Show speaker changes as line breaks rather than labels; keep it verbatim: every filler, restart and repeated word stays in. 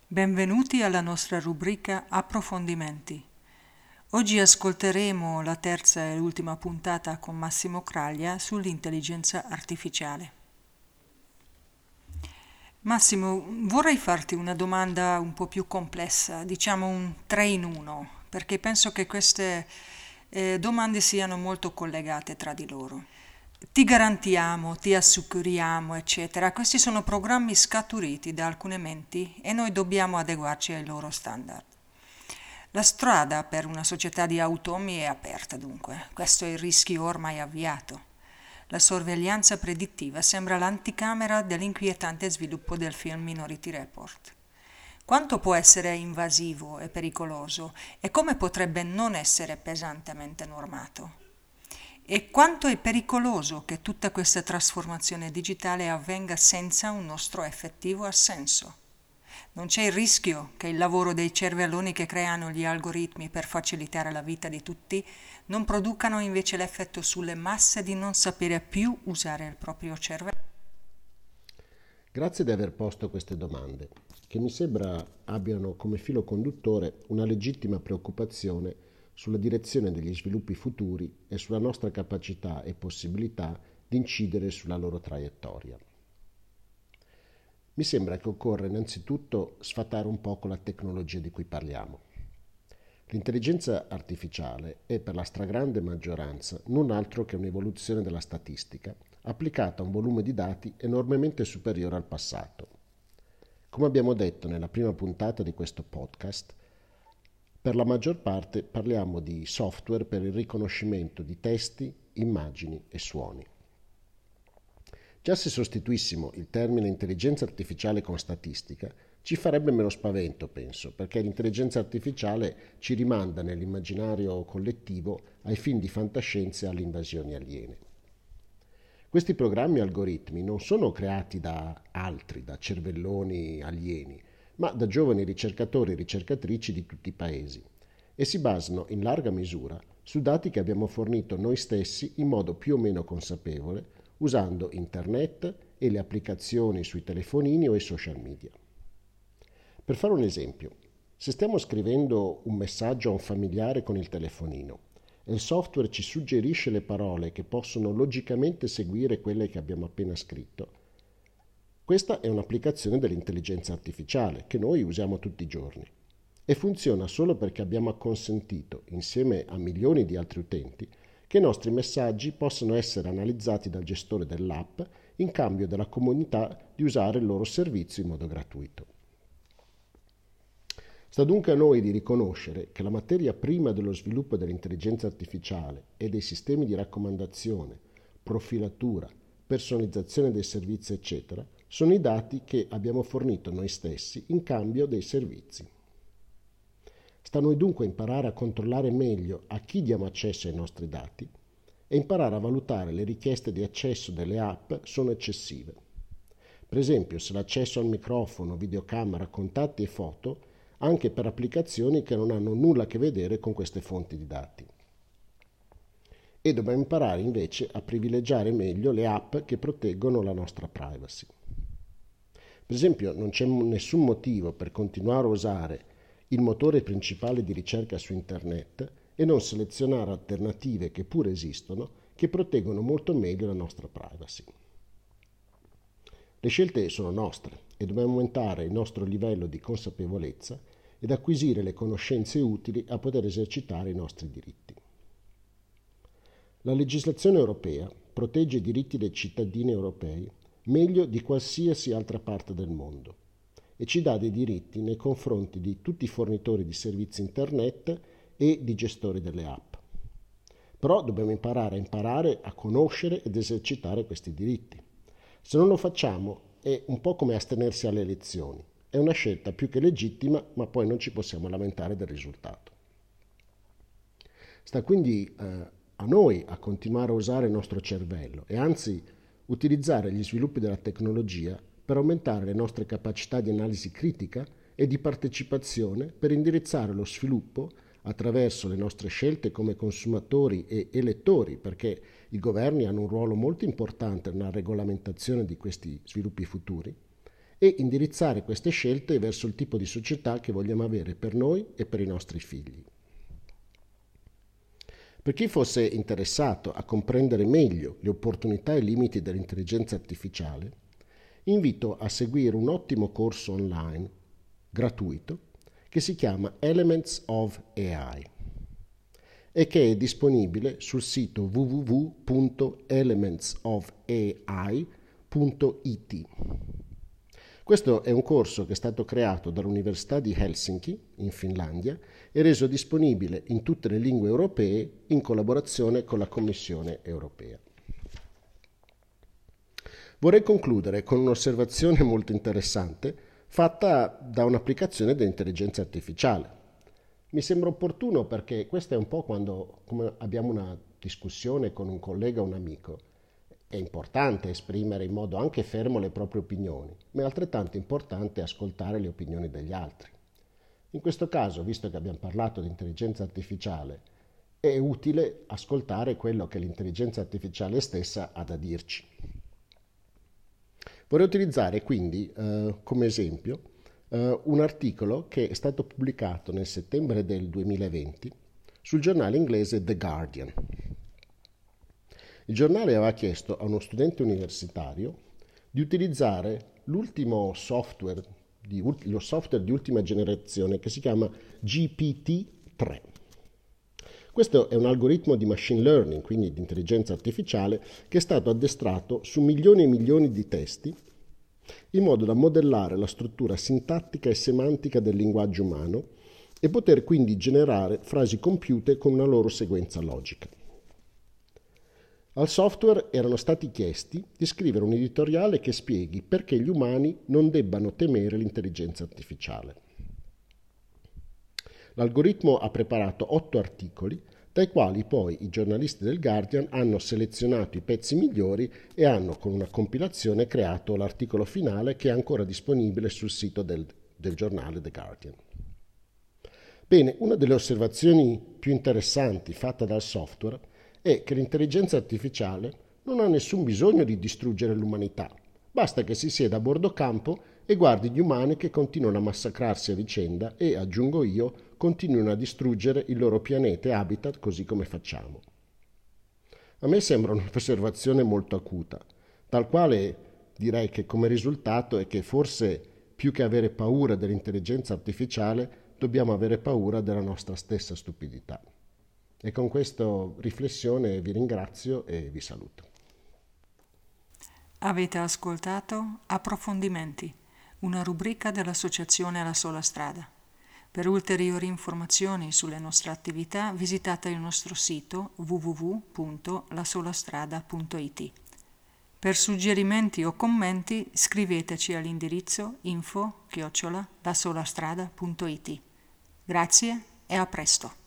Benvenuti alla nostra rubrica Approfondimenti. Oggi ascolteremo la terza e ultima puntata con Massimo Craglia sull'intelligenza artificiale. Massimo, vorrei farti una domanda un po' più complessa, diciamo un tre in uno, perché penso che queste eh, domande siano molto collegate tra di loro. Ti garantiamo, ti assicuriamo, eccetera. Questi sono programmi scaturiti da alcune menti e noi dobbiamo adeguarci ai loro standard. La strada per una società di automi è aperta dunque, questo è il rischio ormai avviato. La sorveglianza predittiva sembra l'anticamera dell'inquietante sviluppo del film Minority Report. Quanto può essere invasivo e pericoloso e come potrebbe non essere pesantemente normato? E quanto è pericoloso che tutta questa trasformazione digitale avvenga senza un nostro effettivo assenso? Non c'è il rischio che il lavoro dei cervelloni che creano gli algoritmi per facilitare la vita di tutti non producano invece l'effetto sulle masse di non sapere più usare il proprio cervello?
Grazie di aver posto queste domande, che mi sembra abbiano come filo conduttore una legittima preoccupazione sulla direzione degli sviluppi futuri e sulla nostra capacità e possibilità di incidere sulla loro traiettoria. Mi sembra che occorra innanzitutto sfatare un poco la tecnologia di cui parliamo. L'intelligenza artificiale è per la stragrande maggioranza non altro che un'evoluzione della statistica applicata a un volume di dati enormemente superiore al passato. Come abbiamo detto nella prima puntata di questo podcast, per la maggior parte parliamo di software per il riconoscimento di testi, immagini e suoni. Già se sostituissimo il termine intelligenza artificiale con statistica, ci farebbe meno spavento, penso, perché l'intelligenza artificiale ci rimanda nell'immaginario collettivo ai film di fantascienza e alle invasioni aliene. Questi programmi algoritmi non sono creati da altri, da cervelloni alieni, ma da giovani ricercatori e ricercatrici di tutti i paesi e si basano in larga misura su dati che abbiamo fornito noi stessi in modo più o meno consapevole usando internet e le applicazioni sui telefonini o i social media. Per fare un esempio, se stiamo scrivendo un messaggio a un familiare con il telefonino e il software ci suggerisce le parole che possono logicamente seguire quelle che abbiamo appena scritto, questa è un'applicazione dell'intelligenza artificiale che noi usiamo tutti i giorni e funziona solo perché abbiamo acconsentito, insieme a milioni di altri utenti, che i nostri messaggi possano essere analizzati dal gestore dell'app in cambio della comunità di usare il loro servizio in modo gratuito. Sta dunque a noi di riconoscere che la materia prima dello sviluppo dell'intelligenza artificiale e dei sistemi di raccomandazione, profilatura, personalizzazione dei servizi, eccetera, sono i dati che abbiamo fornito noi stessi in cambio dei servizi. Sta a noi dunque imparare a controllare meglio a chi diamo accesso ai nostri dati e imparare a valutare le richieste di accesso delle app sono eccessive. Per esempio, se l'accesso al microfono, videocamera, contatti e foto anche per applicazioni che non hanno nulla a che vedere con queste fonti di dati. E dobbiamo imparare invece a privilegiare meglio le app che proteggono la nostra privacy. Per esempio, non c'è nessun motivo per continuare a usare il motore principale di ricerca su internet e non selezionare alternative che pure esistono che proteggono molto meglio la nostra privacy. Le scelte sono nostre e dobbiamo aumentare il nostro livello di consapevolezza ed acquisire le conoscenze utili a poter esercitare i nostri diritti. La legislazione europea protegge i diritti dei cittadini europei meglio di qualsiasi altra parte del mondo e ci dà dei diritti nei confronti di tutti i fornitori di servizi internet e di gestori delle app. Però dobbiamo imparare a imparare a conoscere ed esercitare questi diritti. Se non lo facciamo è un po' come astenersi alle elezioni. È una scelta più che legittima, ma poi non ci possiamo lamentare del risultato. Sta quindi eh, a noi a continuare a usare il nostro cervello e anzi utilizzare gli sviluppi della tecnologia per aumentare le nostre capacità di analisi critica e di partecipazione per indirizzare lo sviluppo attraverso le nostre scelte come consumatori e elettori, perché i governi hanno un ruolo molto importante nella regolamentazione di questi sviluppi futuri, e indirizzare queste scelte verso il tipo di società che vogliamo avere per noi e per i nostri figli. Per chi fosse interessato a comprendere meglio le opportunità e i limiti dell'intelligenza artificiale, invito a seguire un ottimo corso online, gratuito, che si chiama Elements of A I e che è disponibile sul sito w w w punto elements of a i punto i t. Questo è un corso che è stato creato dall'Università di Helsinki, in Finlandia, e reso disponibile in tutte le lingue europee in collaborazione con la Commissione europea. Vorrei concludere con un'osservazione molto interessante fatta da un'applicazione dell'intelligenza artificiale. Mi sembra opportuno perché questo è un po' quando come abbiamo una discussione con un collega o un amico. È importante esprimere in modo anche fermo le proprie opinioni, ma è altrettanto importante ascoltare le opinioni degli altri. In questo caso, visto che abbiamo parlato di intelligenza artificiale, è utile ascoltare quello che l'intelligenza artificiale stessa ha da dirci. Vorrei utilizzare quindi eh, come esempio eh, un articolo che è stato pubblicato nel settembre del duemilaventi sul giornale inglese The Guardian. Il giornale aveva chiesto a uno studente universitario di utilizzare l'ultimo software, di, lo software di ultima generazione che si chiama G P T tre. Questo è un algoritmo di machine learning, quindi di intelligenza artificiale, che è stato addestrato su milioni e milioni di testi in modo da modellare la struttura sintattica e semantica del linguaggio umano e poter quindi generare frasi compiute con una loro sequenza logica. Al software erano stati chiesti di scrivere un editoriale che spieghi perché gli umani non debbano temere l'intelligenza artificiale. L'algoritmo ha preparato otto articoli, dai quali poi i giornalisti del Guardian hanno selezionato i pezzi migliori e hanno, con una compilazione, creato l'articolo finale che è ancora disponibile sul sito del, del giornale The Guardian. Bene, una delle osservazioni più interessanti fatta dal software è che l'intelligenza artificiale non ha nessun bisogno di distruggere l'umanità, basta che si sieda a bordo campo e guardi gli umani che continuano a massacrarsi a vicenda e, aggiungo io, continuano a distruggere il loro pianeta e habitat così come facciamo. A me sembra un'osservazione molto acuta, dal quale direi che come risultato è che forse più che avere paura dell'intelligenza artificiale dobbiamo avere paura della nostra stessa stupidità. E con questa riflessione vi ringrazio e vi saluto.
Avete ascoltato Approfondimenti, una rubrica dell'Associazione La Sola Strada. Per ulteriori informazioni sulle nostre attività visitate il nostro sito w w w punto la sola strada punto i t. Per suggerimenti o commenti scriveteci all'indirizzo info chiocciola lasolastrada punto i t. Grazie e a presto.